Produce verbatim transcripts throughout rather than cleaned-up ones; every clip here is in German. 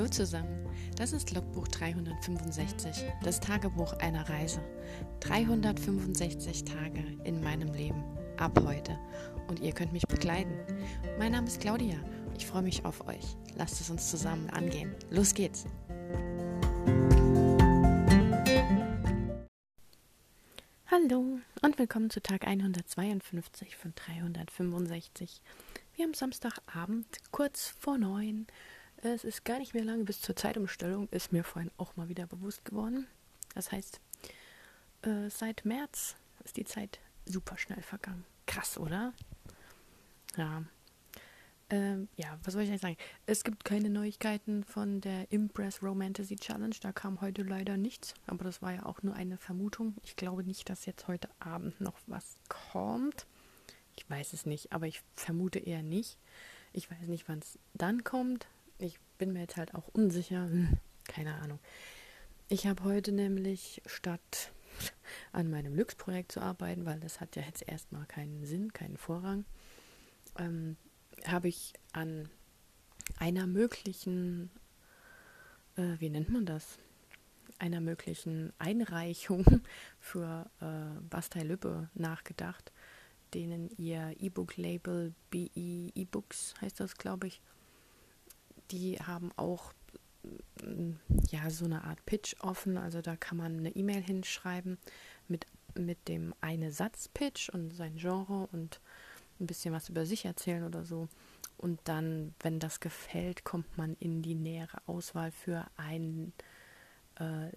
Hallo zusammen, das ist Logbuch dreihundertfünfundsechzig, das Tagebuch einer Reise. dreihundertfünfundsechzig Tage in meinem Leben, ab heute. Und ihr könnt mich begleiten. Mein Name ist Claudia, ich freue mich auf euch. Lasst es uns zusammen angehen. Los geht's! Hallo und willkommen zu Tag hundertzweiundfünfzig von dreihundertfünfundsechzig. Wir haben Samstagabend, kurz vor neun. Es ist gar nicht mehr lange bis zur Zeitumstellung, ist mir vorhin auch mal wieder bewusst geworden. Das heißt, äh, seit März ist die Zeit super schnell vergangen. Krass, oder? Ja. Ähm, ja, was soll ich eigentlich sagen? Es gibt keine Neuigkeiten von der Impress Romantasy Challenge. Da kam heute leider nichts, aber das war ja auch nur eine Vermutung. Ich glaube nicht, dass jetzt heute Abend noch was kommt. Ich weiß es nicht, aber ich vermute eher nicht. Ich weiß nicht, wann es dann kommt. Ich bin mir jetzt halt auch unsicher. Hm, keine Ahnung. Ich habe heute nämlich, statt an meinem Lux-Projekt zu arbeiten, weil das hat ja jetzt erstmal keinen Sinn, keinen Vorrang, ähm, habe ich an einer möglichen, äh, wie nennt man das? Einer möglichen Einreichung für äh, Bastei Lübbe nachgedacht, denen ihr E-Book-Label B E E-Books heißt das, glaube ich. Die haben auch ja so eine Art Pitch offen, also da kann man eine E-Mail hinschreiben mit, mit dem eine Satz-Pitch und sein Genre und ein bisschen was über sich erzählen oder so. Und dann, wenn das gefällt, kommt man in die nähere Auswahl für ein äh,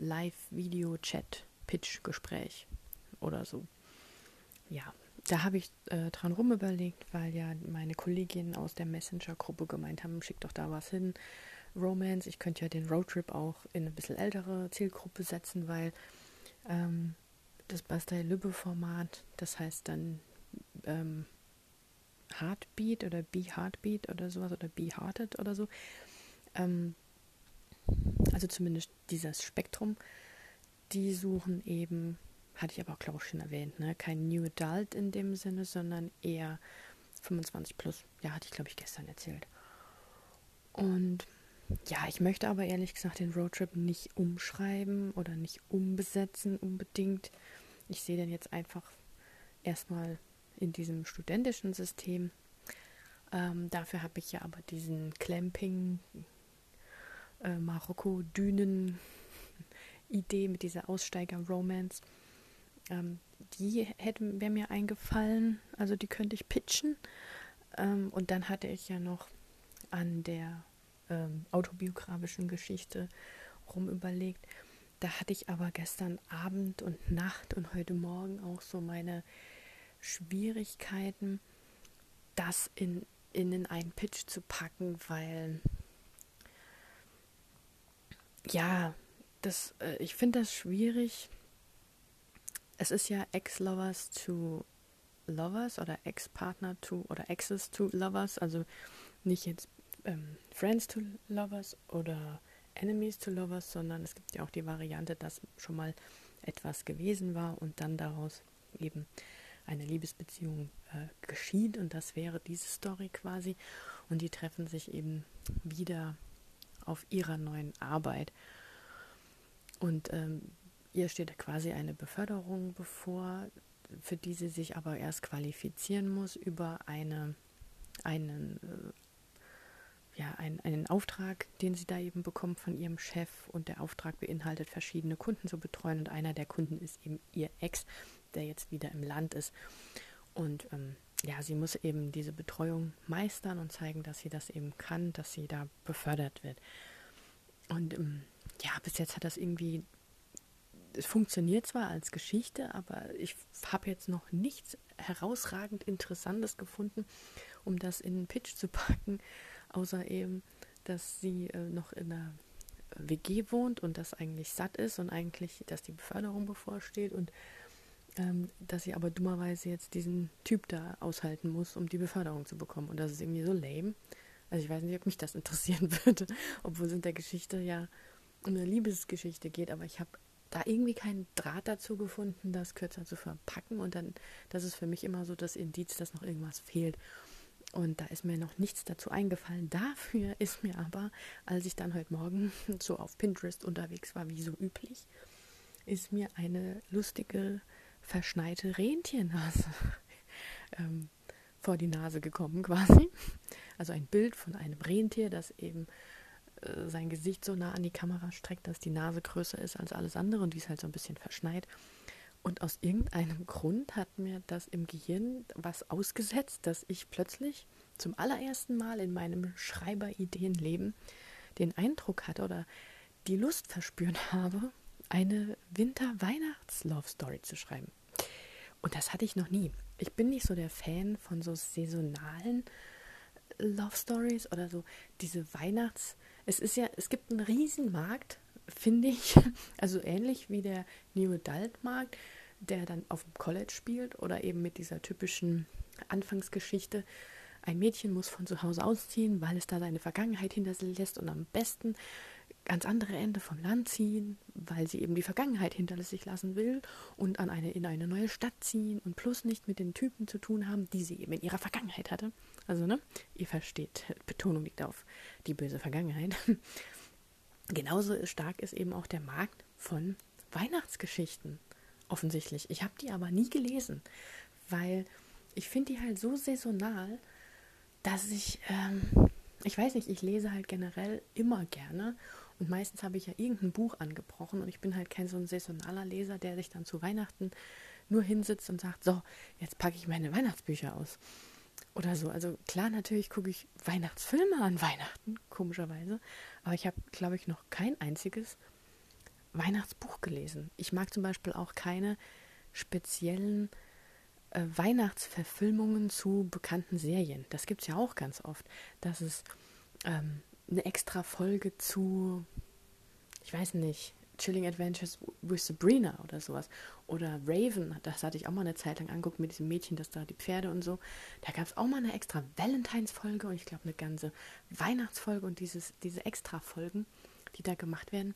Live-Video-Chat-Pitch-Gespräch oder so. Ja, da habe ich äh, dran rumüberlegt, weil ja meine Kolleginnen aus der Messenger-Gruppe gemeint haben, schick doch da was hin. Romance, ich könnte ja den Roadtrip auch in eine bisschen ältere Zielgruppe setzen, weil ähm, das Bastei Lübbe-Format, das heißt dann ähm, Heartbeat oder Be Heartbeat oder sowas oder Be Hearted oder so. Ähm, also zumindest dieses Spektrum, die suchen eben, hatte ich aber auch, glaube ich, schon erwähnt, ne? Kein New Adult in dem Sinne, sondern eher fünfundzwanzig plus. Ja, hatte ich, glaube ich, gestern erzählt. Und ja, ich möchte aber ehrlich gesagt den Roadtrip nicht umschreiben oder nicht umbesetzen unbedingt. Ich sehe den jetzt einfach erstmal in diesem studentischen System. Ähm, dafür habe ich ja aber diesen Clamping äh, Marokko-Dünen-Idee mit dieser Aussteiger-Romance. Ähm, die hätte wäre mir eingefallen, also die könnte ich pitchen. Ähm, und dann hatte ich ja noch an der ähm, autobiografischen Geschichte rumüberlegt. Da hatte ich aber gestern Abend und Nacht und heute Morgen auch so meine Schwierigkeiten, das in, in einen Pitch zu packen, weil ja, das, äh, ich finde das schwierig. Es ist ja Ex-Lovers to Lovers oder Ex-Partner to oder Exes to Lovers, also nicht jetzt ähm, Friends to Lovers oder Enemies to Lovers, sondern es gibt ja auch die Variante, dass schon mal etwas gewesen war und dann daraus eben eine Liebesbeziehung äh, geschieht, und das wäre diese Story quasi, und die treffen sich eben wieder auf ihrer neuen Arbeit und ähm, ihr steht quasi eine Beförderung bevor, für die sie sich aber erst qualifizieren muss über eine, einen äh, ja, ein, einen Auftrag, den sie da eben bekommt von ihrem Chef, und der Auftrag beinhaltet, verschiedene Kunden zu betreuen, und einer der Kunden ist eben ihr Ex, der jetzt wieder im Land ist. Und ähm, ja, sie muss eben diese Betreuung meistern und zeigen, dass sie das eben kann, dass sie da befördert wird. Und ähm, ja, bis jetzt hat das irgendwie, es funktioniert zwar als Geschichte, aber ich habe jetzt noch nichts herausragend Interessantes gefunden, um das in einen Pitch zu packen, außer eben, dass sie äh, noch in einer W G wohnt und das eigentlich satt ist und eigentlich, dass die Beförderung bevorsteht und ähm, dass sie aber dummerweise jetzt diesen Typ da aushalten muss, um die Beförderung zu bekommen. Und das ist irgendwie so lame. Also ich weiß nicht, ob mich das interessieren würde, obwohl es in der Geschichte ja um eine Liebesgeschichte geht, aber ich habe da irgendwie keinen Draht dazu gefunden, das kürzer zu verpacken, und dann, das ist für mich immer so das Indiz, dass noch irgendwas fehlt. Und da ist mir noch nichts dazu eingefallen. Dafür ist mir aber, als ich dann heute Morgen so auf Pinterest unterwegs war, wie so üblich, ist mir eine lustige, verschneite Rentiernase ähm, vor die Nase gekommen quasi. Also ein Bild von einem Rentier, das eben äh, sein Gesicht so nah an die Kamera streckt, dass die Nase größer ist als alles andere und die ist halt so ein bisschen verschneit. Und aus irgendeinem Grund hat mir das im Gehirn was ausgesetzt, dass ich plötzlich zum allerersten Mal in meinem Schreiberideenleben den Eindruck hatte oder die Lust verspürt habe, eine Winter-Weihnachts-Love-Story zu schreiben. Und das hatte ich noch nie. Ich bin nicht so der Fan von so saisonalen Love Stories oder so diese Weihnachts... Es ist ja, es gibt einen Riesenmarkt, finde ich, also ähnlich wie der New Adult Markt, der dann auf dem College spielt oder eben mit dieser typischen Anfangsgeschichte. Ein Mädchen muss von zu Hause ausziehen, weil es da seine Vergangenheit hinter sich lässt und am besten ganz andere Ende vom Land ziehen, weil sie eben die Vergangenheit hinter sich lassen will und an eine, in eine neue Stadt ziehen und plus nicht mit den Typen zu tun haben, die sie eben in ihrer Vergangenheit hatte. Also, ne, ihr versteht, Betonung liegt auf die böse Vergangenheit. Genauso stark ist eben auch der Markt von Weihnachtsgeschichten. Offensichtlich. Ich habe die aber nie gelesen, weil ich finde die halt so saisonal, dass ich, ähm, ich weiß nicht, ich lese halt generell immer gerne und meistens habe ich ja irgendein Buch angebrochen und ich bin halt kein so ein saisonaler Leser, der sich dann zu Weihnachten nur hinsitzt und sagt, so, jetzt packe ich meine Weihnachtsbücher aus oder so. Also klar, natürlich gucke ich Weihnachtsfilme an Weihnachten, komischerweise, aber ich habe, glaube ich, noch kein einziges Weihnachtsbuch gelesen. Ich mag zum Beispiel auch keine speziellen äh, Weihnachtsverfilmungen zu bekannten Serien. Das gibt es ja auch ganz oft, dass es ähm, eine extra Folge zu, ich weiß nicht, Chilling Adventures with Sabrina oder sowas. Oder Raven, das hatte ich auch mal eine Zeit lang angeguckt mit diesem Mädchen, das da die Pferde und so. Da gab es auch mal eine extra Valentine's-Folge und ich glaube eine ganze Weihnachtsfolge und dieses, diese extra Folgen, die da gemacht werden.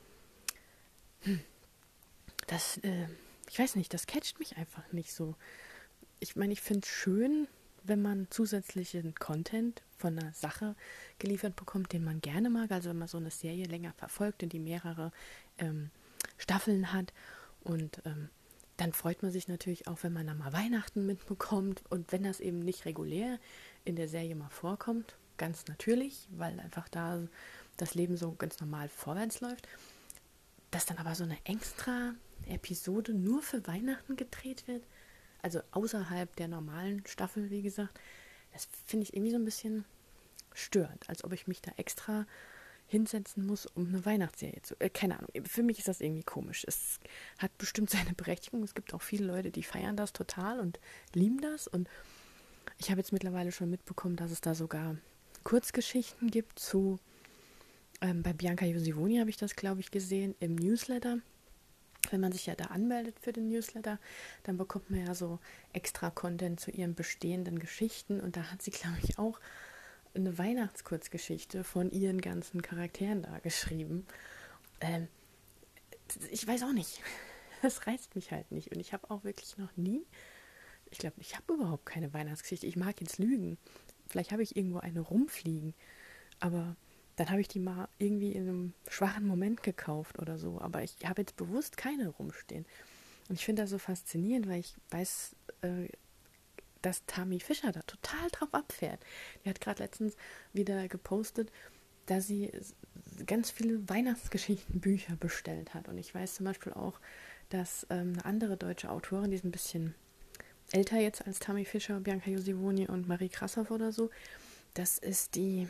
Das, äh, ich weiß nicht, das catcht mich einfach nicht so. Ich meine, ich finde es schön, wenn man zusätzlichen Content von einer Sache geliefert bekommt, den man gerne mag. Also wenn man so eine Serie länger verfolgt und die mehrere ähm, Staffeln hat. Und ähm, dann freut man sich natürlich auch, wenn man dann mal Weihnachten mitbekommt. Und wenn das eben nicht regulär in der Serie mal vorkommt, ganz natürlich, weil einfach da das Leben so ganz normal vorwärts läuft, dass dann aber so eine extra Episode nur für Weihnachten gedreht wird, also außerhalb der normalen Staffel, wie gesagt, das finde ich irgendwie so ein bisschen störend, als ob ich mich da extra hinsetzen muss, um eine Weihnachtsserie zu... Äh, keine Ahnung, für mich ist das irgendwie komisch. Es hat bestimmt seine Berechtigung. Es gibt auch viele Leute, die feiern das total und lieben das. Und ich habe jetzt mittlerweile schon mitbekommen, dass es da sogar Kurzgeschichten gibt zu... Ähm, bei Bianca Josivoni habe ich das, glaube ich, gesehen, im Newsletter. Wenn man sich ja da anmeldet für den Newsletter, dann bekommt man ja so extra Content zu ihren bestehenden Geschichten. Und da hat sie, glaube ich, auch eine Weihnachtskurzgeschichte von ihren ganzen Charakteren da geschrieben. Ähm, ich weiß auch nicht. Das reizt mich halt nicht. Und ich habe auch wirklich noch nie, ich glaube, ich habe überhaupt keine Weihnachtsgeschichte. Ich mag jetzt lügen. Vielleicht habe ich irgendwo eine rumfliegen. Aber dann habe ich die mal irgendwie in einem schwachen Moment gekauft oder so. Aber ich habe jetzt bewusst keine rumstehen. Und ich finde das so faszinierend, weil ich weiß, äh, dass Tammy Fischer da total drauf abfährt. Die hat gerade letztens wieder gepostet, dass sie ganz viele Weihnachtsgeschichtenbücher bestellt hat. Und ich weiß zum Beispiel auch, dass ähm, eine andere deutsche Autorin, die ist ein bisschen älter jetzt als Tammy Fischer, Bianca Josivoni und Marie Krassoff oder so, das ist die...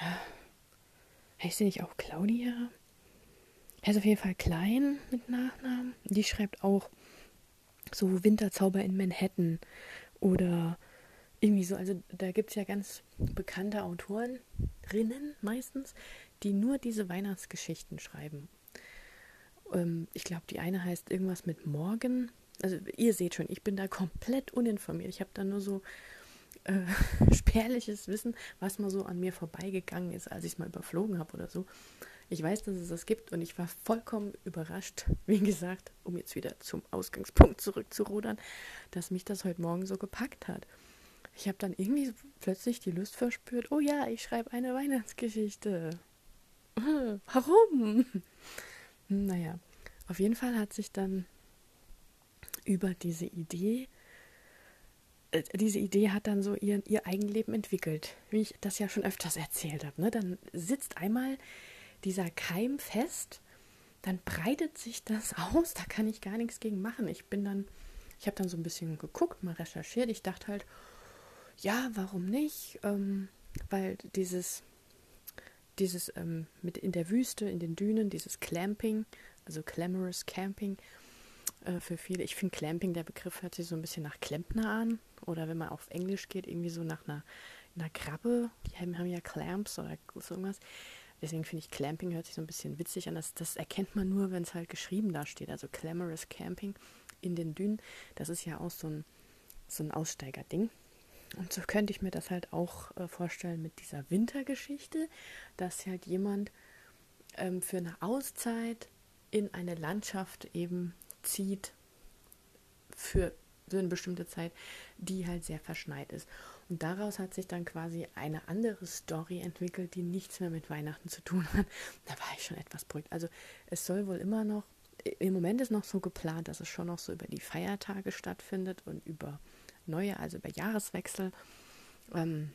Heißt sie nicht auch Claudia? Er ist auf jeden Fall klein mit Nachnamen. Die schreibt auch so Winterzauber in Manhattan oder irgendwie so. Also da gibt es ja ganz bekannte Autorinnen meistens, die nur diese Weihnachtsgeschichten schreiben. Ähm, ich glaube, die eine heißt irgendwas mit Morgen. Also ihr seht schon, ich bin da komplett uninformiert. Ich habe da nur so äh, spärliches Wissen, was mal so an mir vorbeigegangen ist, als ich es mal überflogen habe oder so. Ich weiß, dass es das gibt und ich war vollkommen überrascht, wie gesagt, um jetzt wieder zum Ausgangspunkt zurückzurudern, dass mich das heute Morgen so gepackt hat. ich habe dann irgendwie plötzlich die Lust verspürt, oh ja, ich schreibe eine Weihnachtsgeschichte. Warum? Naja, auf jeden Fall hat sich dann über diese Idee, äh, diese Idee hat dann so ihr, ihr Eigenleben entwickelt, wie ich das ja schon öfters erzählt habe. Ne? Dann sitzt einmal dieser Keim fest, dann breitet sich das aus, da kann ich gar nichts gegen machen. Ich bin dann, ich habe dann so ein bisschen geguckt, mal recherchiert. Ich dachte halt, ja, warum nicht? Ähm, weil dieses, dieses ähm, mit in der Wüste, in den Dünen, dieses Clamping, also Glamorous Camping, äh, für viele, ich finde Clamping, der Begriff hört sich so ein bisschen nach Klempner an. Oder wenn man auf Englisch geht, irgendwie so nach einer, einer Krabbe. Die haben, haben ja Clamps oder so irgendwas. Deswegen finde ich Clamping hört sich so ein bisschen witzig an. Das, das erkennt man nur, wenn es halt geschrieben da steht. Also Glamorous Camping in den Dünen. Das ist ja auch so ein, so ein Aussteigerding. Und so könnte ich mir das halt auch äh, vorstellen mit dieser Wintergeschichte, dass halt jemand ähm, für eine Auszeit in eine Landschaft eben zieht für so eine bestimmte Zeit, die halt sehr verschneit ist. Und daraus hat sich dann quasi eine andere Story entwickelt, die nichts mehr mit Weihnachten zu tun hat. Da war ich schon etwas beruhigt. Also es soll wohl immer noch, im Moment ist noch so geplant, dass es schon noch so über die Feiertage stattfindet und über neue, also über Jahreswechsel. Ähm,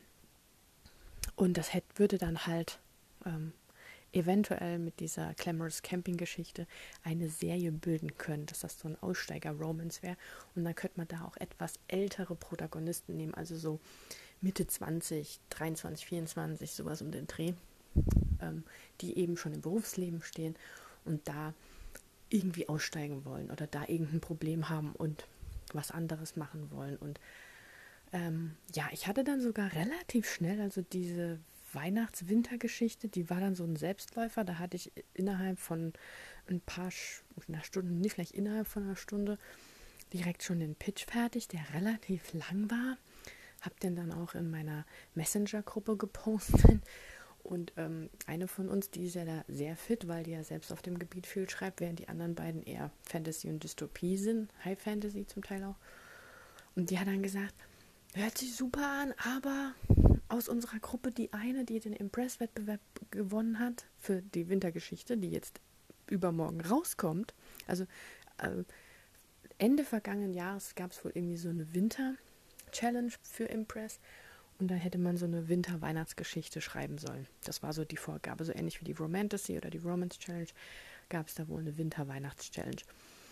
und das hätte, würde dann halt ähm, eventuell mit dieser Glamorous Camping-Geschichte eine Serie bilden können, dass das so ein Aussteiger-Romance wäre. Und dann könnte man da auch etwas ältere Protagonisten nehmen, also so Mitte zwanzig, dreiundzwanzig, vierundzwanzig, sowas um den Dreh, ähm, die eben schon im Berufsleben stehen und da irgendwie aussteigen wollen oder da irgendein Problem haben und was anderes machen wollen. Und ähm, ja, ich hatte dann sogar relativ schnell, also diese Weihnachts-Winter-Geschichte, die war dann so ein Selbstläufer. Da hatte ich innerhalb von ein paar einer Stunden, nicht vielleicht innerhalb von einer Stunde, direkt schon den Pitch fertig, der relativ lang war. Hab den dann auch in meiner Messenger-Gruppe gepostet. Und ähm, eine von uns, die ist ja da sehr fit, weil die ja selbst auf dem Gebiet viel schreibt, während die anderen beiden eher Fantasy und Dystopie sind, High Fantasy zum Teil auch. Und die hat dann gesagt, hört sich super an, aber aus unserer Gruppe die eine, die den Impress-Wettbewerb gewonnen hat für die Wintergeschichte, die jetzt übermorgen rauskommt, also äh, Ende vergangenen Jahres gab es wohl irgendwie so eine Winter-Challenge für Impress und da hätte man so eine Winter-Weihnachtsgeschichte schreiben sollen. Das war so die Vorgabe, so ähnlich wie die Romantasy oder die Romance-Challenge gab es da wohl eine Winter-Weihnachts-Challenge.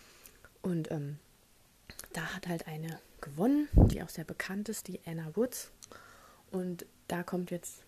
Und ähm, da hat halt eine gewonnen, die auch sehr bekannt ist, die Anna Woods. Und da kommt jetzt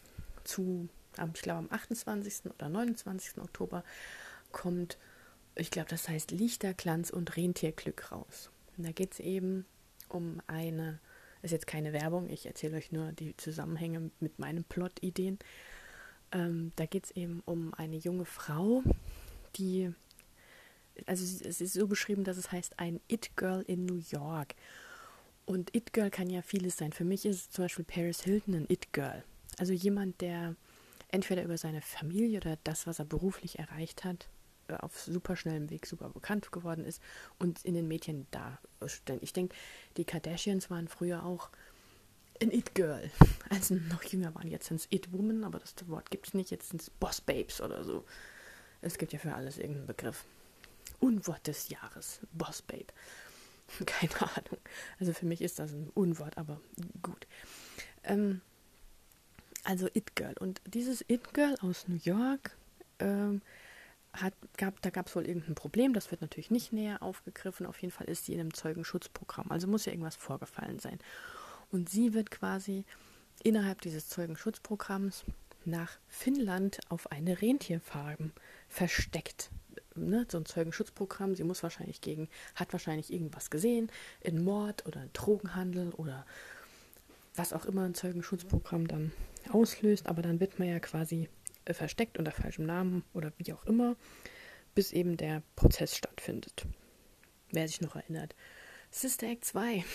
zu, ich glaube am achtundzwanzigsten oder neunundzwanzigsten Oktober kommt, ich glaube das heißt Lichterglanz und Rentierglück raus. Und da geht es eben um eine, ist jetzt keine Werbung, ich erzähle euch nur die Zusammenhänge mit meinen Plot-Ideen. Ähm, da geht es eben um eine junge Frau, die, also es ist so beschrieben, dass es heißt ein It-Girl in New York. Und It-Girl kann ja vieles sein. Für mich ist zum Beispiel Paris Hilton ein It-Girl. Also jemand, der entweder über seine Familie oder das, was er beruflich erreicht hat, auf super schnellem Weg super bekannt geworden ist und in den Medien da. Ich denke, die Kardashians waren früher auch ein It-Girl, als sie noch jünger waren. Jetzt sind es It-Women, aber das Wort gibt es nicht. Jetzt sind es Boss-Babes oder so. Es gibt ja für alles irgendeinen Begriff. Unwort des Jahres, Boss-Babe. Keine Ahnung. Also für mich ist das ein Unwort, aber gut. Ähm, also It-Girl. Und dieses It-Girl aus New York, ähm, hat, gab, da gab es wohl irgendein Problem. Das wird natürlich nicht näher aufgegriffen. Auf jeden Fall ist sie in einem Zeugenschutzprogramm. Also muss ja irgendwas vorgefallen sein. Und sie wird quasi innerhalb dieses Zeugenschutzprogramms nach Finnland auf eine Rentierfarm versteckt. Ne, so ein Zeugenschutzprogramm, sie muss wahrscheinlich gegen, hat wahrscheinlich irgendwas gesehen, in Mord oder Drogenhandel oder was auch immer ein Zeugenschutzprogramm dann auslöst, aber dann wird man ja quasi äh, versteckt unter falschem Namen oder wie auch immer, bis eben der Prozess stattfindet. Wer sich noch erinnert. Sister Act zwei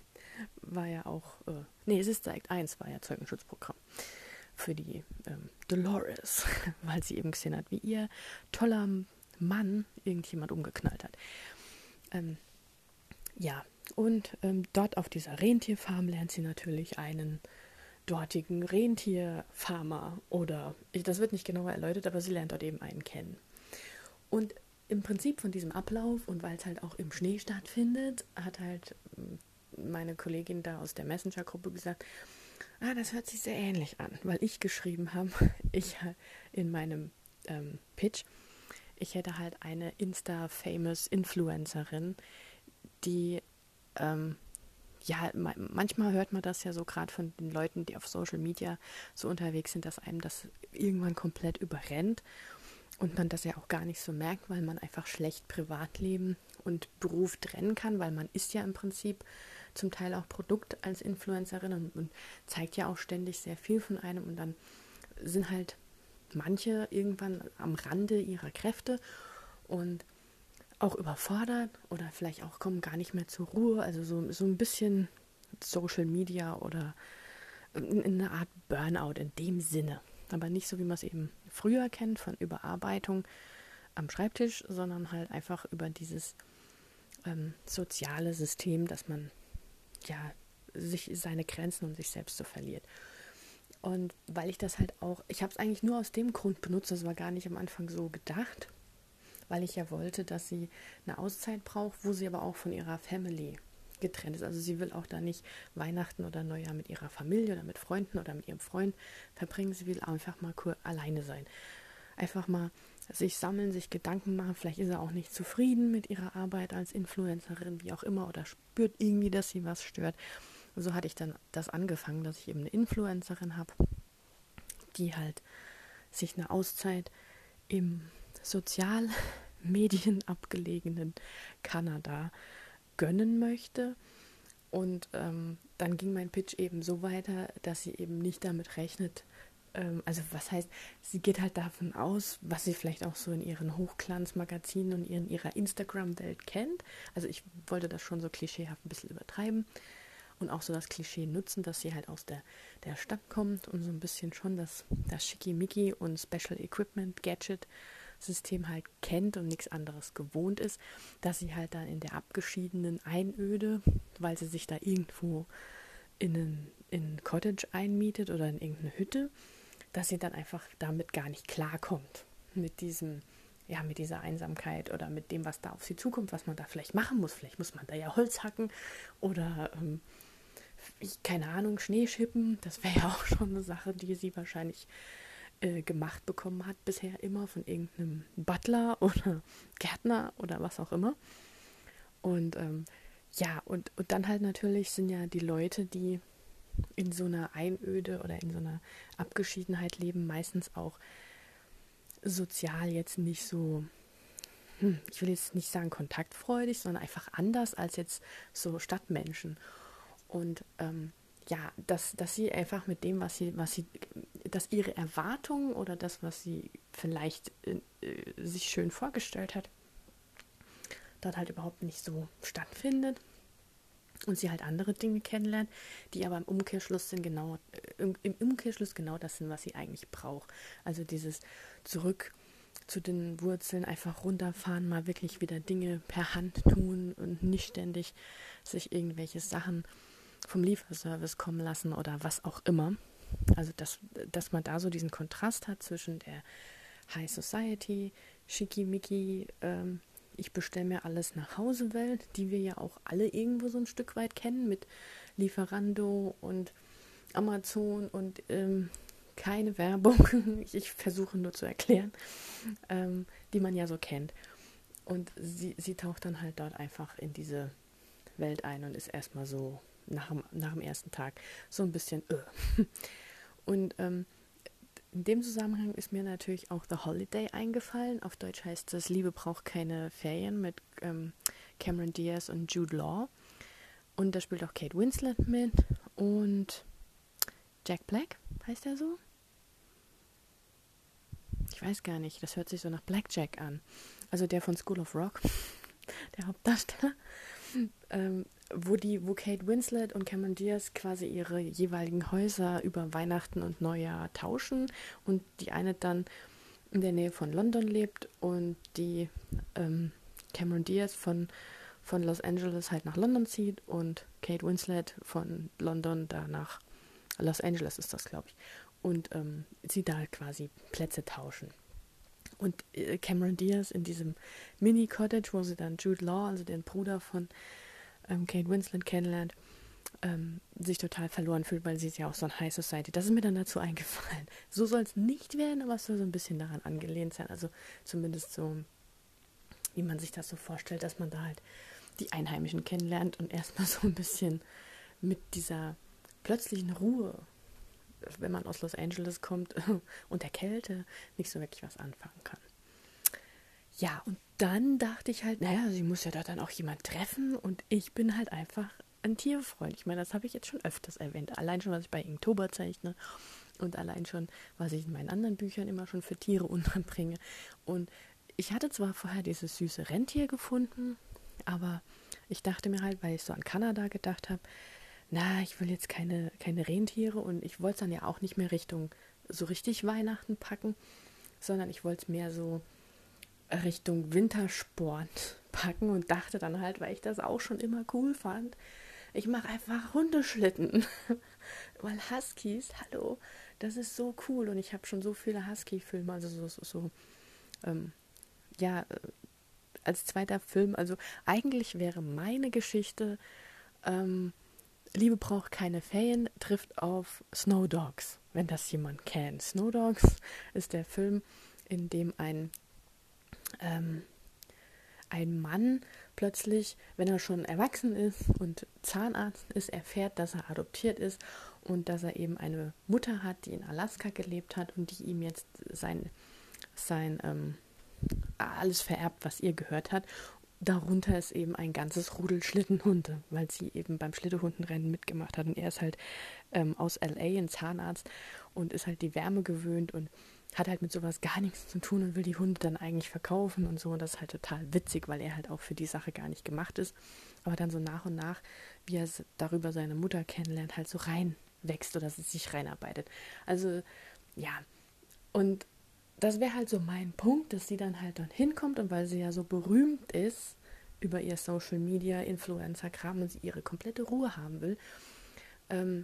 war ja auch, äh, nee, Sister Act eins war ja Zeugenschutzprogramm für die ähm, Dolores, weil sie eben gesehen hat, wie ihr toller Mann irgendjemand umgeknallt hat. Ähm, ja, Und ähm, dort auf dieser Rentierfarm lernt sie natürlich einen dortigen Rentierfarmer oder, das wird nicht genauer erläutert, aber sie lernt dort eben einen kennen. Und im Prinzip von diesem Ablauf und weil es halt auch im Schnee stattfindet, hat halt meine Kollegin da aus der Messenger-Gruppe gesagt, ah, das hört sich sehr ähnlich an, weil ich geschrieben habe, ich in meinem ähm, Pitch, ich hätte halt eine Insta-famous Influencerin, die, ähm, ja, manchmal hört man das ja so gerade von den Leuten, die auf Social Media so unterwegs sind, dass einem das irgendwann komplett überrennt und man das ja auch gar nicht so merkt, weil man einfach schlecht Privatleben und Beruf trennen kann, weil man ist ja im Prinzip zum Teil auch Produkt als Influencerin und, und zeigt ja auch ständig sehr viel von einem und dann sind halt manche irgendwann am Rande ihrer Kräfte und auch überfordert oder vielleicht auch kommen gar nicht mehr zur Ruhe, also so, so ein bisschen Social Media oder in, in eine Art Burnout in dem Sinne, aber nicht so, wie man es eben früher kennt von Überarbeitung am Schreibtisch, sondern halt einfach über dieses ähm, soziale System, dass man ja sich seine Grenzen und sich selbst so verliert. Und weil ich das halt auch, ich habe es eigentlich nur aus dem Grund benutzt, das war gar nicht am Anfang so gedacht, weil ich ja wollte, dass sie eine Auszeit braucht, wo sie aber auch von ihrer Family getrennt ist. Also sie will auch da nicht Weihnachten oder Neujahr mit ihrer Familie oder mit Freunden oder mit ihrem Freund verbringen. Sie will einfach mal kurz alleine sein. Einfach mal sich sammeln, sich Gedanken machen. Vielleicht ist er auch nicht zufrieden mit ihrer Arbeit als Influencerin, wie auch immer, oder spürt irgendwie, dass sie was stört. Und so hatte ich dann das angefangen, dass ich eben eine Influencerin habe, die halt sich eine Auszeit im Sozialmedien abgelegenen Kanada gönnen möchte. Und ähm, dann ging mein Pitch eben so weiter, dass sie eben nicht damit rechnet, ähm, also was heißt, sie geht halt davon aus, was sie vielleicht auch so in ihren Hochglanzmagazinen und in ihrer Instagram-Welt kennt. Also ich wollte das schon so klischeehaft ein bisschen übertreiben und auch so das Klischee nutzen, dass sie halt aus der, der Stadt kommt und so ein bisschen schon das, das Schickimicki und Special Equipment Gadget System halt kennt und nichts anderes gewohnt ist, dass sie halt dann in der abgeschiedenen Einöde, weil sie sich da irgendwo in ein, in ein Cottage einmietet oder in irgendeine Hütte, dass sie dann einfach damit gar nicht klarkommt. Mit diesem, ja, mit dieser Einsamkeit oder mit dem, was da auf sie zukommt, was man da vielleicht machen muss. Vielleicht muss man da ja Holz hacken oder ähm, ich, keine Ahnung, Schnee schippen. Das wäre ja auch schon eine Sache, die sie wahrscheinlich äh, gemacht bekommen hat, bisher immer von irgendeinem Butler oder Gärtner oder was auch immer. Und ähm, ja, und, und dann halt natürlich sind ja die Leute, die in so einer Einöde oder in so einer Abgeschiedenheit leben, meistens auch sozial jetzt nicht so, hm, ich will jetzt nicht sagen kontaktfreudig, sondern einfach anders als jetzt so Stadtmenschen. Und ähm, ja, dass, dass sie einfach mit dem, was sie, was sie, dass ihre Erwartungen oder das, was sie vielleicht äh, sich schön vorgestellt hat, dort halt überhaupt nicht so stattfindet und sie halt andere Dinge kennenlernt, die aber im Umkehrschluss sind genau, äh, im, im Umkehrschluss genau das sind, was sie eigentlich braucht. Also dieses zurück zu den Wurzeln, einfach runterfahren, mal wirklich wieder Dinge per Hand tun und nicht ständig sich irgendwelche Sachen vom Lieferservice kommen lassen oder was auch immer. Also dass, dass man da so diesen Kontrast hat zwischen der High Society, Schickimicki, ähm, ich bestelle mir alles nach Hause Welt, die wir ja auch alle irgendwo so ein Stück weit kennen mit Lieferando und Amazon und ähm, keine Werbung, ich, ich versuche nur zu erklären, ähm, die man ja so kennt. Und sie, sie taucht dann halt dort einfach in diese Welt ein und ist erstmal so nach dem, nach dem ersten Tag so ein bisschen öh. Und ähm, in dem Zusammenhang ist mir natürlich auch The Holiday eingefallen. Auf Deutsch heißt es Liebe braucht keine Ferien mit ähm, Cameron Diaz und Jude Law. Und da spielt auch Kate Winslet mit und Jack Black, heißt er so? Ich weiß gar nicht, das hört sich so nach Blackjack an. Also der von School of Rock, der Hauptdarsteller. Ähm, wo die, wo Kate Winslet und Cameron Diaz quasi ihre jeweiligen Häuser über Weihnachten und Neujahr tauschen und die eine dann in der Nähe von London lebt und die ähm, Cameron Diaz von von Los Angeles halt nach London zieht und Kate Winslet von London da nach Los Angeles ist das, glaube ich. Und ähm, sie da quasi Plätze tauschen. Und äh, Cameron Diaz in diesem Mini-Cottage, wo sie dann Jude Law, also den Bruder von ähm, Kate Winslet, kennenlernt, ähm, sich total verloren fühlt, weil sie ist ja auch so ein High Society. Das ist mir dann dazu eingefallen. So soll es nicht werden, aber es soll so ein bisschen daran angelehnt sein. Also zumindest so, wie man sich das so vorstellt, dass man da halt die Einheimischen kennenlernt und erstmal so ein bisschen mit dieser plötzlichen Ruhe, wenn man aus Los Angeles kommt und der Kälte, nicht so wirklich was anfangen kann. Ja, und dann dachte ich halt, naja, sie muss ja da dann auch jemand treffen und ich bin halt einfach ein Tierfreund. Ich meine, das habe ich jetzt schon öfters erwähnt. Allein schon, was ich bei Inktober zeichne und allein schon, was ich in meinen anderen Büchern immer schon für Tiere unterbringe. Und ich hatte zwar vorher dieses süße Rentier gefunden, aber ich dachte mir halt, weil ich so an Kanada gedacht habe, na, ich will jetzt keine, keine Rentiere und ich wollte es dann ja auch nicht mehr Richtung so richtig Weihnachten packen, sondern ich wollte es mehr so Richtung Wintersport packen und dachte dann halt, weil ich das auch schon immer cool fand, ich mache einfach Hundeschlitten. Weil Huskies, hallo, das ist so cool und ich habe schon so viele Husky-Filme, also so, so, so ähm, ja, als zweiter Film, also eigentlich wäre meine Geschichte ähm, Liebe braucht keine Ferien, trifft auf Snow Dogs, wenn das jemand kennt. Snow Dogs ist der Film, in dem ein, ähm, ein Mann plötzlich, wenn er schon erwachsen ist und Zahnarzt ist, erfährt, dass er adoptiert ist und dass er eben eine Mutter hat, die in Alaska gelebt hat und die ihm jetzt sein, sein ähm, alles vererbt, was ihr gehört hat. Darunter ist eben ein ganzes Rudel Schlittenhunde, weil sie eben beim Schlittenhundenrennen mitgemacht hat. Und er ist halt ähm, aus L A ein Zahnarzt und ist halt die Wärme gewöhnt und hat halt mit sowas gar nichts zu tun und will die Hunde dann eigentlich verkaufen und so. Und das ist halt total witzig, weil er halt auch für die Sache gar nicht gemacht ist. Aber dann so nach und nach, wie er darüber seine Mutter kennenlernt, halt so reinwächst oder sich reinarbeitet. Also ja, und das wäre halt so mein Punkt, dass sie dann halt dann hinkommt und weil sie ja so berühmt ist über ihr Social Media Influencer-Kram und sie ihre komplette Ruhe haben will, ähm,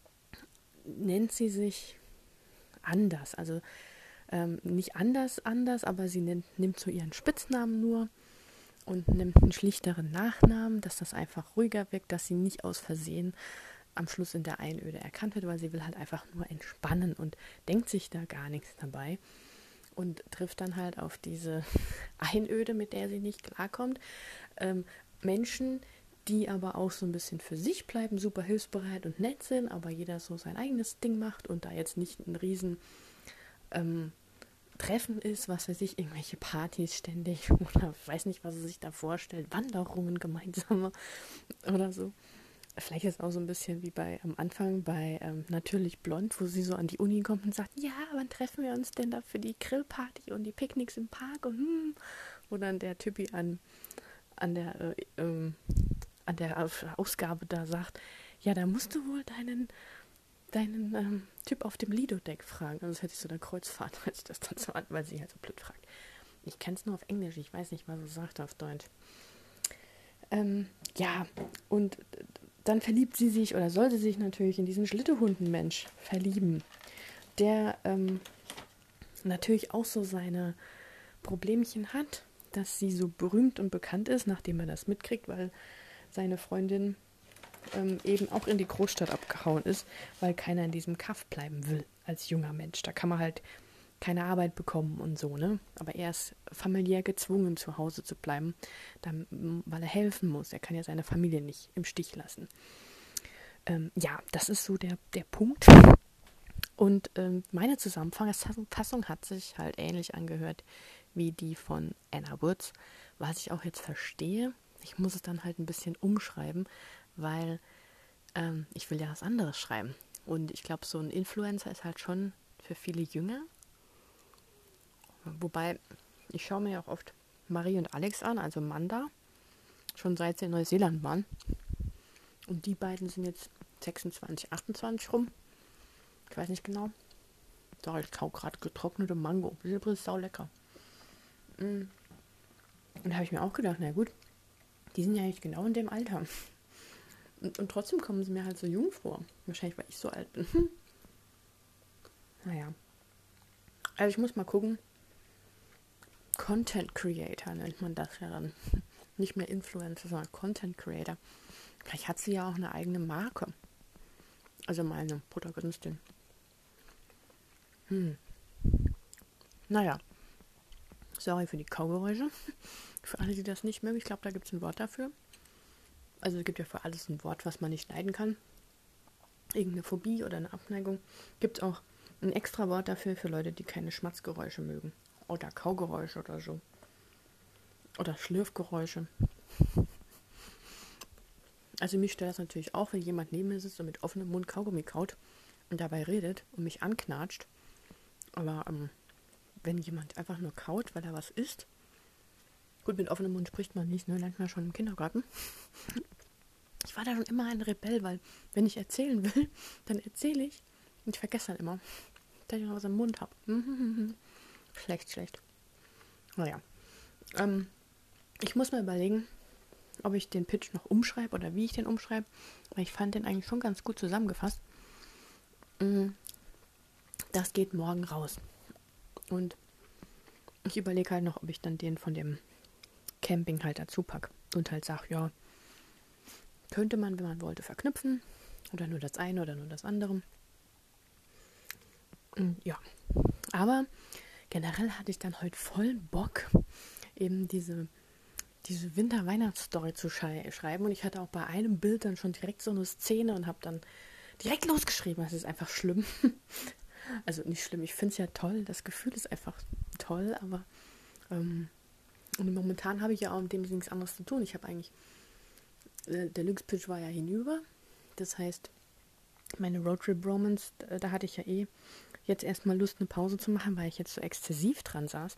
nennt sie sich anders. Also ähm, nicht anders anders, aber sie nennt, nimmt so ihren Spitznamen nur und nimmt einen schlichteren Nachnamen, dass das einfach ruhiger wirkt, dass sie nicht aus Versehen am Schluss in der Einöde erkannt wird, weil sie will halt einfach nur entspannen und denkt sich da gar nichts dabei. Und trifft dann halt auf diese Einöde, mit der sie nicht klarkommt. Ähm, Menschen, die aber auch so ein bisschen für sich bleiben, super hilfsbereit und nett sind, aber jeder so sein eigenes Ding macht und da jetzt nicht ein riesen ähm, Treffen ist, was weiß ich, irgendwelche Partys ständig oder weiß nicht, was sie sich da vorstellt, Wanderungen gemeinsame oder so. Vielleicht ist es auch so ein bisschen wie bei am Anfang bei ähm, Natürlich Blond, wo sie so an die Uni kommt und sagt, ja, wann treffen wir uns denn da für die Grillparty und die Picknicks im Park und hm, wo dann der Typi an, an der äh, ähm, an der Ausgabe da sagt, ja, da musst du wohl deinen deinen ähm, Typ auf dem Lido-Deck fragen. Also das hätte ich so eine Kreuzfahrt, als ich das dann so an, weil sie halt so blöd fragt. Ich kenne es nur auf Englisch, ich weiß nicht, was er sagt auf Deutsch. Ähm, ja, und dann verliebt sie sich oder sollte sich natürlich in diesen Schlittehunden-Mensch verlieben, der ähm, natürlich auch so seine Problemchen hat, dass sie so berühmt und bekannt ist, nachdem er das mitkriegt, weil seine Freundin ähm, eben auch in die Großstadt abgehauen ist, weil keiner in diesem Kaff bleiben will als junger Mensch. Da kann man halt keine Arbeit bekommen und so, ne? Aber er ist familiär gezwungen, zu Hause zu bleiben, dann, weil er helfen muss. Er kann ja seine Familie nicht im Stich lassen. Ähm, ja, das ist so der, der Punkt. Und ähm, meine Zusammenfassung hat sich halt ähnlich angehört wie die von Anna Woods, was ich auch jetzt verstehe. Ich muss es dann halt ein bisschen umschreiben, weil ähm, ich will ja was anderes schreiben. Und ich glaube, so ein Influencer ist halt schon für viele Jünger. Wobei, ich schaue mir ja auch oft Marie und Alex an, also Manda, schon seit sie in Neuseeland waren. Und die beiden sind jetzt sechsundzwanzig, achtundzwanzig rum. Ich weiß nicht genau. So, ich kau gerade getrocknete Mango. Das ist sau lecker. Und da habe ich mir auch gedacht, na gut, Die sind ja eigentlich genau in dem Alter. Und, und trotzdem kommen sie mir halt so jung vor. Wahrscheinlich, weil ich so alt bin. Naja. Also ich muss mal gucken. Content Creator nennt man das ja dann. Nicht mehr Influencer, sondern Content Creator. Vielleicht hat sie ja auch eine eigene Marke. Also meine Protagonistin. Hm. Naja. Sorry für die Kaugeräusche. Für alle, die das nicht mögen. Ich glaube, da gibt es ein Wort dafür. Also es gibt ja für alles ein Wort, was man nicht leiden kann. Irgendeine Phobie oder eine Abneigung. Gibt es auch ein extra Wort dafür für Leute, die keine Schmatzgeräusche mögen. Oder Kaugeräusche oder so. Oder Schlürfgeräusche. Also mich stört das natürlich auch, wenn jemand neben mir sitzt und mit offenem Mund Kaugummi kaut und dabei redet und mich anknatscht. Aber ähm, wenn jemand einfach nur kaut, weil er was isst, gut, mit offenem Mund spricht man nicht, ne, lernt man schon im Kindergarten. Ich war da schon immer ein Rebell, weil wenn ich erzählen will, dann erzähle ich und ich vergesse dann immer, dass ich noch was im Mund habe. Schlecht, schlecht. Naja. Ähm, ich muss mal überlegen, ob ich den Pitch noch umschreibe oder wie ich den umschreibe, weil ich fand den eigentlich schon ganz gut zusammengefasst. Das geht morgen raus. Und ich überlege halt noch, ob ich dann den von dem Camping halt dazu packe und halt sage, ja, könnte man, wenn man wollte, verknüpfen oder nur das eine oder nur das andere. Ja, aber generell hatte ich dann heute voll Bock, eben diese, diese Winter-Weihnachts-Story zu schei- schreiben und ich hatte auch bei einem Bild dann schon direkt so eine Szene und habe dann direkt losgeschrieben. Das ist einfach schlimm. Also nicht schlimm, ich finde es ja toll, das Gefühl ist einfach toll, aber ähm, und momentan habe ich ja auch mit dem nichts anderes zu tun. Ich habe eigentlich, äh, der Lynx-Pitch war ja hinüber, das heißt, meine Roadtrip-Romance, da, da hatte ich ja eh jetzt erstmal Lust, eine Pause zu machen, weil ich jetzt so exzessiv dran saß.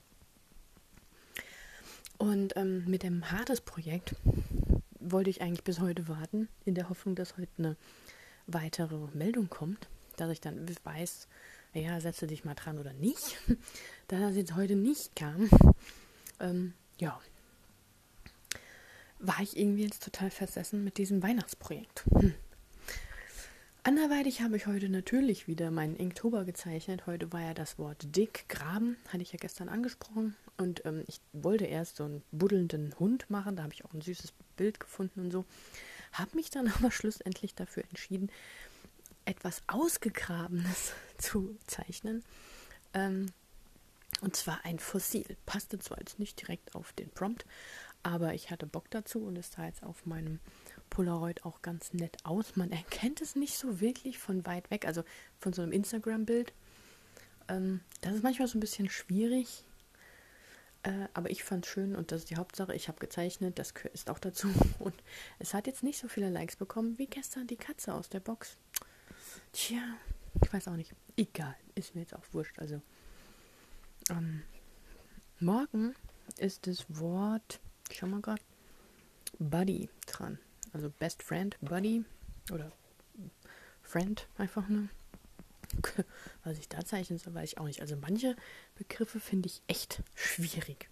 Und ähm, mit dem Hades-Projekt wollte ich eigentlich bis heute warten, in der Hoffnung, dass heute eine weitere Meldung kommt, dass ich dann weiß, ja, setze dich mal dran oder nicht. Da das jetzt heute nicht kam, ähm, ja, war ich irgendwie jetzt total versessen mit diesem Weihnachtsprojekt. Hm. Anderweitig habe ich heute natürlich wieder meinen Inktober gezeichnet. Heute war ja das Wort dick, graben, hatte ich ja gestern angesprochen. Und ähm, ich wollte erst so einen buddelnden Hund machen, da habe ich auch ein süßes Bild gefunden und so. Habe mich dann aber schlussendlich dafür entschieden, etwas Ausgegrabenes zu zeichnen. Ähm, und zwar ein Fossil. Passte zwar jetzt nicht direkt auf den Prompt, aber ich hatte Bock dazu und es sah jetzt auf meinem Polaroid auch ganz nett aus. Man erkennt es nicht so wirklich von weit weg, also von so einem Instagram-Bild. Ähm, das ist manchmal so ein bisschen schwierig, äh, aber ich fand es schön und das ist die Hauptsache. Ich habe gezeichnet, das ist auch dazu. Und es hat jetzt nicht so viele Likes bekommen wie gestern die Katze aus der Box. Tja, ich weiß auch nicht. Egal, ist mir jetzt auch wurscht. Also, ähm, morgen ist das Wort, ich schau mal gerade, Buddy dran. Also Best Friend, Buddy oder Friend einfach nur. Was ich da zeichnen soll, weiß ich auch nicht. Also manche Begriffe finde ich echt schwierig.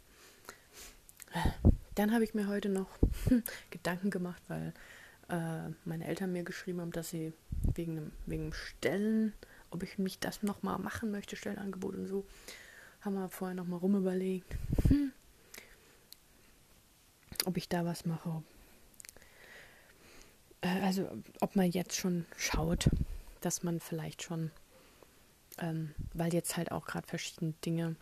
Dann habe ich mir heute noch Gedanken gemacht, weil äh, meine Eltern mir geschrieben haben, dass sie wegen dem, wegen dem Stellen, ob ich mich das nochmal machen möchte, Stellenangebot und so, haben wir vorher nochmal rumüberlegt, hm, ob ich da was mache. Äh, also ob man jetzt schon schaut, dass man vielleicht schon, ähm, weil jetzt halt auch gerade verschiedene Dinge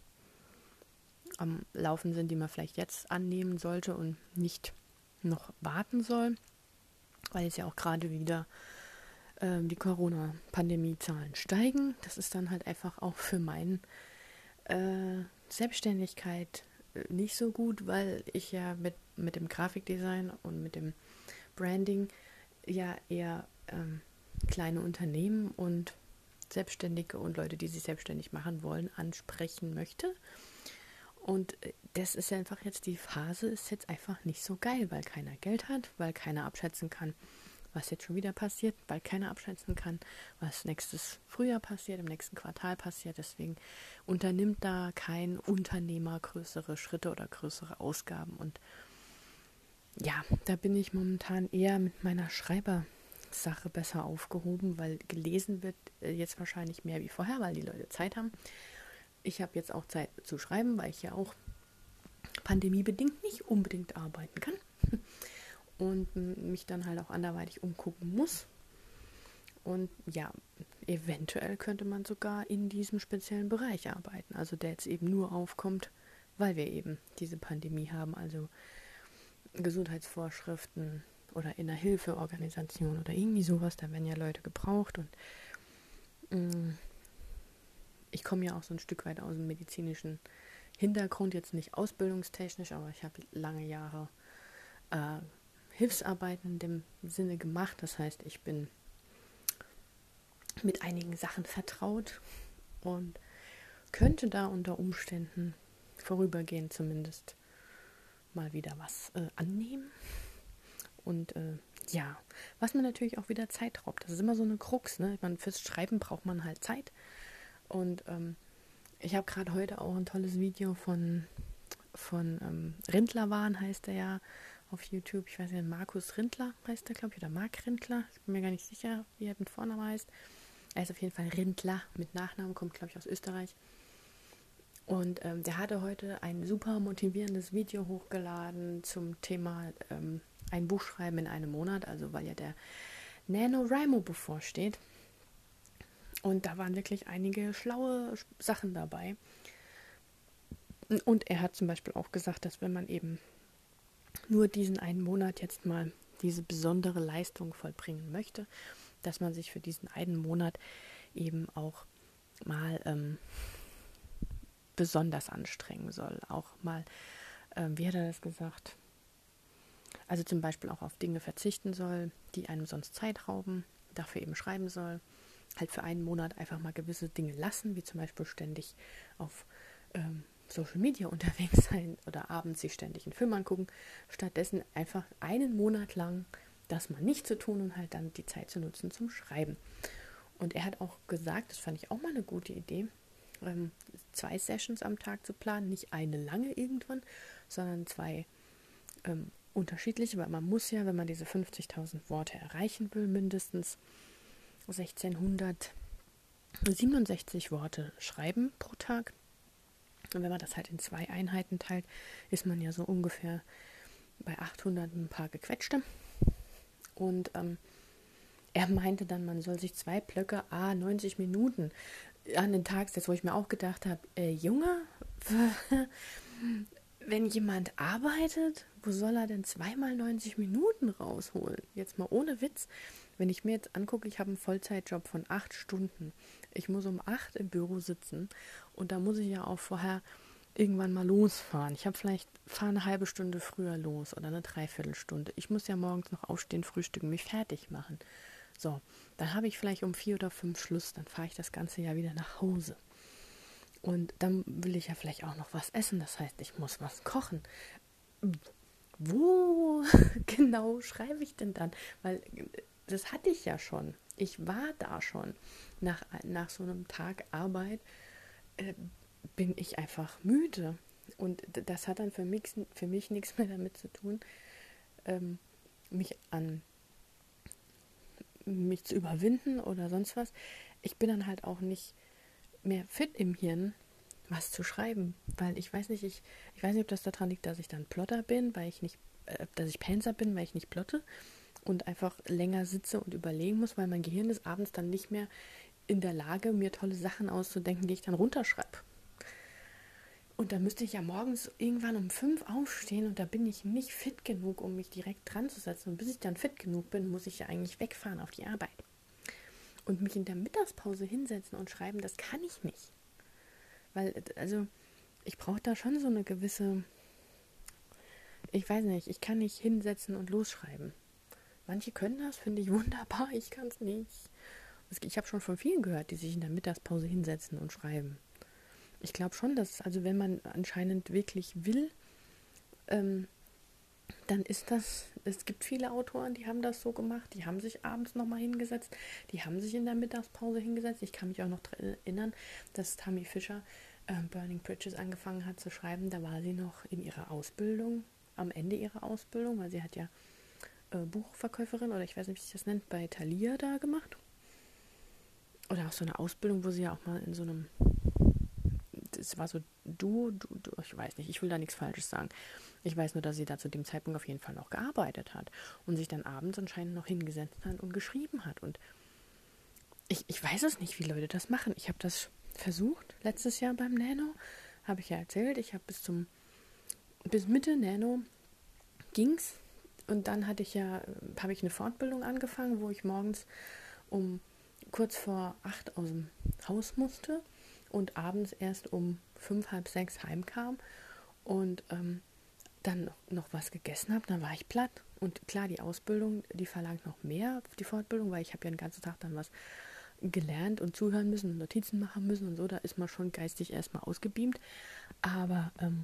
am Laufen sind, die man vielleicht jetzt annehmen sollte und nicht noch warten soll, weil jetzt ja auch gerade wieder ähm, die Corona-Pandemie-Zahlen steigen. Das ist dann halt einfach auch für meine äh, Selbstständigkeit äh, nicht so gut, weil ich ja mit, mit dem Grafikdesign und mit dem Branding ja eher ähm, kleine Unternehmen und Selbstständige und Leute, die sich selbstständig machen wollen, ansprechen möchte. Und das ist einfach jetzt, die Phase ist jetzt einfach nicht so geil, weil keiner Geld hat, weil keiner abschätzen kann, was jetzt schon wieder passiert, weil keiner abschätzen kann, was nächstes Frühjahr passiert, im nächsten Quartal passiert. Deswegen unternimmt da kein Unternehmer größere Schritte oder größere Ausgaben. Und ja, da bin ich momentan eher mit meiner Schreibersache besser aufgehoben, weil gelesen wird äh, jetzt wahrscheinlich mehr wie vorher, weil die Leute Zeit haben. Ich habe jetzt auch Zeit zu schreiben, weil ich ja auch pandemiebedingt nicht unbedingt arbeiten kann und m, mich dann halt auch anderweitig umgucken muss. Und ja, eventuell könnte man sogar in diesem speziellen Bereich arbeiten, also der jetzt eben nur aufkommt, weil wir eben diese Pandemie haben, also Gesundheitsvorschriften oder in einer Hilfeorganisation oder irgendwie sowas, da werden ja Leute gebraucht und mh, ich komme ja auch so ein Stück weit aus dem medizinischen Hintergrund, jetzt nicht ausbildungstechnisch, aber ich habe lange Jahre äh, Hilfsarbeiten in dem Sinne gemacht, das heißt, ich bin mit einigen Sachen vertraut und könnte da unter Umständen vorübergehend zumindest mal wieder was äh, annehmen. Und äh, ja, was mir natürlich auch wieder Zeit raubt. Das ist immer so eine Krux, ne? Man, fürs Schreiben braucht man halt Zeit. Und ähm, ich habe gerade heute auch ein tolles Video von, von ähm, Rindlerwahn, heißt er ja, auf YouTube. Ich weiß nicht, Markus Rindler heißt er, glaube ich, oder Mark Rindler. Ich bin mir gar nicht sicher, wie er mit Vornamen heißt. Er ist auf jeden Fall Rindler mit Nachnamen, kommt, glaube ich, aus Österreich. Und ähm, der hatte heute ein super motivierendes Video hochgeladen zum Thema ähm, ein Buch schreiben in einem Monat, also weil ja der NaNoWriMo bevorsteht. Und da waren wirklich einige schlaue Sachen dabei. Und er hat zum Beispiel auch gesagt, dass wenn man eben nur diesen einen Monat jetzt mal diese besondere Leistung vollbringen möchte, dass man sich für diesen einen Monat eben auch mal ähm, besonders anstrengen soll. Auch mal, ähm, wie hat er das gesagt? Also zum Beispiel auch auf Dinge verzichten soll, die einem sonst Zeit rauben, dafür eben schreiben soll. Halt für einen Monat einfach mal gewisse Dinge lassen, wie zum Beispiel ständig auf ähm, Social Media unterwegs sein oder abends sich ständig einen Film angucken. Stattdessen einfach einen Monat lang das mal nicht zu tun und halt dann die Zeit zu nutzen zum Schreiben. Und er hat auch gesagt, das fand ich auch mal eine gute Idee, ähm, zwei Sessions am Tag zu planen, nicht eine lange irgendwann, sondern zwei ähm, unterschiedliche, weil man muss ja, wenn man diese fünfzigtausend Worte erreichen will, mindestens sechzehnhundertsiebenundsechzig Worte schreiben pro Tag. Und wenn man das halt in zwei Einheiten teilt, ist man ja so ungefähr bei achthundert ein paar gequetschte. Und ähm, er meinte dann, man soll sich zwei Blöcke a neunzig Minuten an den Tag setzen, wo ich mir auch gedacht habe, äh, Junge, wenn jemand arbeitet, wo soll er denn zweimal neunzig Minuten rausholen? Jetzt mal ohne Witz. Wenn ich mir jetzt angucke, ich habe einen Vollzeitjob von acht Stunden. Ich muss um acht im Büro sitzen und da muss ich ja auch vorher irgendwann mal losfahren. Ich habe vielleicht, fahre eine halbe Stunde früher los oder eine Dreiviertelstunde. Ich muss ja morgens noch aufstehen, frühstücken, mich fertig machen. So, dann habe ich vielleicht um vier oder fünf Schluss, dann fahre ich das ganze Jahr wieder nach Hause. Und dann will ich ja vielleicht auch noch was essen, das heißt, ich muss was kochen. Wo genau schreibe ich denn dann? Weil das hatte ich ja schon. Ich war da schon. Nach, nach so einem Tag Arbeit äh, bin ich einfach müde. Und das hat dann für mich, für mich nichts mehr damit zu tun, ähm, mich an mich zu überwinden oder sonst was. Ich bin dann halt auch nicht mehr fit im Hirn, was zu schreiben, weil ich weiß nicht, ich, ich weiß nicht, ob das daran liegt, dass ich dann Plotter bin, weil ich nicht, äh, dass ich Panzer bin, weil ich nicht plotte und einfach länger sitze und überlegen muss, weil mein Gehirn ist abends dann nicht mehr in der Lage, mir tolle Sachen auszudenken, die ich dann runterschreibe. Und da müsste ich ja morgens irgendwann um fünf aufstehen und da bin ich nicht fit genug, um mich direkt dran zu setzen. Und bis ich dann fit genug bin, muss ich ja eigentlich wegfahren auf die Arbeit. Und mich in der Mittagspause hinsetzen und schreiben, das kann ich nicht. Weil, also, ich brauche da schon so eine gewisse, ich weiß nicht, ich kann nicht hinsetzen und losschreiben. Manche können das, finde ich wunderbar, ich kann es nicht. Ich habe schon von vielen gehört, die sich in der Mittagspause hinsetzen und schreiben. Ich glaube schon, dass, also wenn man anscheinend wirklich will, ähm, dann ist das, es gibt viele Autoren, die haben das so gemacht, die haben sich abends nochmal hingesetzt, die haben sich in der Mittagspause hingesetzt. Ich kann mich auch noch daran erinnern, dass Tammy Fischer äh, Burning Bridges angefangen hat zu schreiben, da war sie noch in ihrer Ausbildung am Ende ihrer Ausbildung, weil sie hat ja äh, Buchverkäuferin oder ich weiß nicht, wie sich das nennt, bei Thalia da gemacht. Oder auch so eine Ausbildung, wo sie ja auch mal in so einem, das war so Duo, du, du, ich weiß nicht, ich will da nichts Falsches sagen. Ich weiß nur, dass sie da zu dem Zeitpunkt auf jeden Fall noch gearbeitet hat und sich dann abends anscheinend noch hingesetzt hat und geschrieben hat. Und ich, ich weiß es nicht, wie Leute das machen. Ich habe das versucht, letztes Jahr beim Nano, habe ich ja erzählt. Ich habe bis zum, bis Mitte Nano ging's. Und dann hatte ich ja, habe ich eine Fortbildung angefangen, wo ich morgens um kurz vor acht aus dem Haus musste und abends erst um fünf, halb sechs heimkam und ähm, dann noch, noch was gegessen habe, dann war ich platt. Und klar, die Ausbildung, die verlangt noch mehr, die Fortbildung, weil ich habe ja den ganzen Tag dann was gelernt und zuhören müssen und Notizen machen müssen und so, da ist man schon geistig erstmal ausgebeamt. Aber ähm,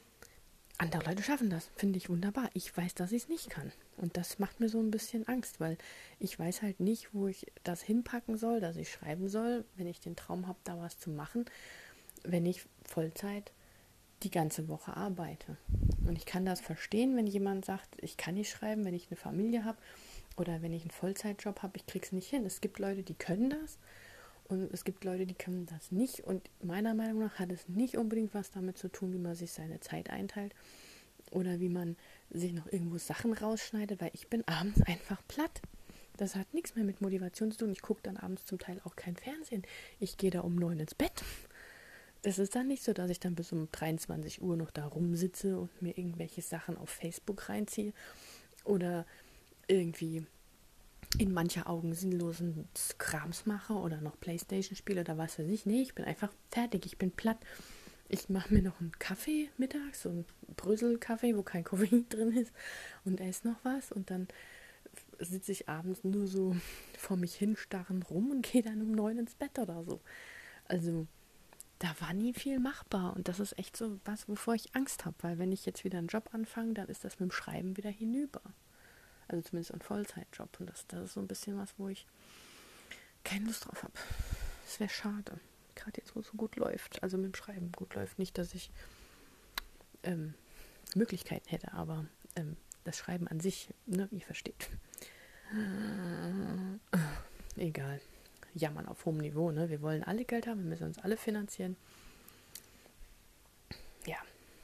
andere Leute schaffen das, finde ich wunderbar. Ich weiß, dass ich es nicht kann. Und das macht mir so ein bisschen Angst, weil ich weiß halt nicht, wo ich das hinpacken soll, dass ich schreiben soll, wenn ich den Traum habe, da was zu machen, wenn ich Vollzeit die ganze Woche arbeite. Und ich kann das verstehen, wenn jemand sagt, ich kann nicht schreiben, wenn ich eine Familie habe oder wenn ich einen Vollzeitjob habe, ich krieg's nicht hin. Es gibt Leute, die können das und es gibt Leute, die können das nicht. Und meiner Meinung nach hat es nicht unbedingt was damit zu tun, wie man sich seine Zeit einteilt oder wie man sich noch irgendwo Sachen rausschneidet, weil ich bin abends einfach platt. Das hat nichts mehr mit Motivation zu tun. Ich gucke dann abends zum Teil auch kein Fernsehen. Ich gehe da um neun ins Bett. Es ist dann nicht so, dass ich dann bis um dreiundzwanzig Uhr noch da rumsitze und mir irgendwelche Sachen auf Facebook reinziehe oder irgendwie in mancher Augen sinnlosen Krams mache oder noch Playstation spiele oder was weiß ich. Nee, ich bin einfach fertig, ich bin platt. Ich mache mir noch einen Kaffee mittags, so einen Brösel-Kaffee, wo kein Koffein drin ist und esse noch was und dann sitze ich abends nur so vor mich hinstarren rum und gehe dann um neun ins Bett oder so. Also da war nie viel machbar und das ist echt so was, wovor ich Angst habe, weil wenn ich jetzt wieder einen Job anfange, dann ist das mit dem Schreiben wieder hinüber. Also zumindest ein Vollzeitjob und das, das ist so ein bisschen was, wo ich keine Lust drauf habe. Das wäre schade, gerade jetzt, wo es so gut läuft, also mit dem Schreiben gut läuft. Nicht, dass ich ähm, Möglichkeiten hätte, aber ähm, das Schreiben an sich, ne, ihr versteht. Egal. Jammern auf hohem Niveau, ne? Wir wollen alle Geld haben, wir müssen uns alle finanzieren. Ja.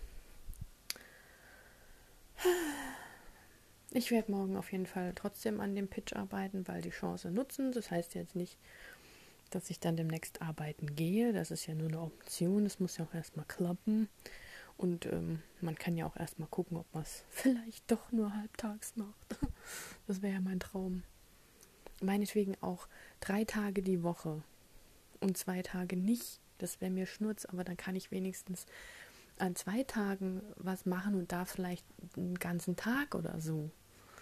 Ich werde morgen auf jeden Fall trotzdem an dem Pitch arbeiten, weil die Chance nutzen. Das heißt jetzt nicht, dass ich dann demnächst arbeiten gehe. Das ist ja nur eine Option. Das muss ja auch erstmal klappen. Und ähm, man kann ja auch erstmal gucken, ob man es vielleicht doch nur halbtags macht. Das wäre ja mein Traum. Meinetwegen auch drei Tage die Woche und zwei Tage nicht. Das wäre mir Schnurz, aber dann kann ich wenigstens an zwei Tagen was machen und da vielleicht einen ganzen Tag oder so.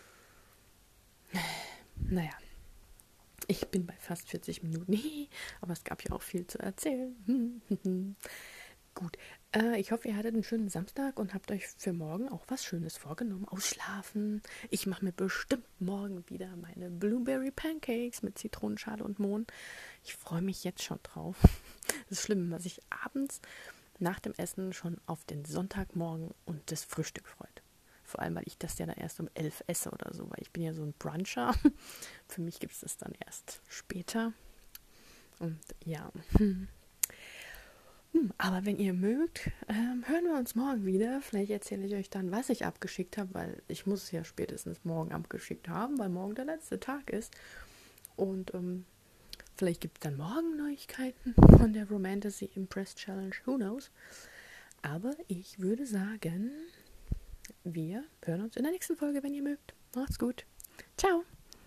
Naja, ich bin bei fast vierzig Minuten, aber es gab ja auch viel zu erzählen. Gut, äh, ich hoffe, ihr hattet einen schönen Samstag und habt euch für morgen auch was Schönes vorgenommen. Ausschlafen. Ich mache mir bestimmt morgen wieder meine Blueberry Pancakes mit Zitronenschale und Mohn. Ich freue mich jetzt schon drauf. Das ist schlimm, was ich abends nach dem Essen schon auf den Sonntagmorgen und das Frühstück freut. Vor allem, weil ich das ja dann erst um elf esse oder so, weil ich bin ja so ein Bruncher. Für mich gibt es das dann erst später. Und ja, hm. Aber wenn ihr mögt, ähm, hören wir uns morgen wieder. Vielleicht erzähle ich euch dann, was ich abgeschickt habe, weil ich muss es ja spätestens morgen abgeschickt haben, weil morgen der letzte Tag ist. Und ähm, vielleicht gibt es dann morgen Neuigkeiten von der Romantasy Impress Challenge. Who knows? Aber ich würde sagen, wir hören uns in der nächsten Folge, wenn ihr mögt. Macht's gut. Ciao.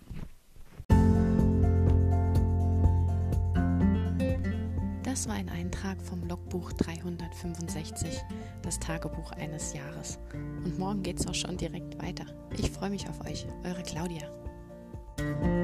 Das war ein Eintrag vom Logbuch dreihundertfünfundsechzig, das Tagebuch eines Jahres. Und morgen geht's auch schon direkt weiter. Ich freue mich auf euch, eure Claudia.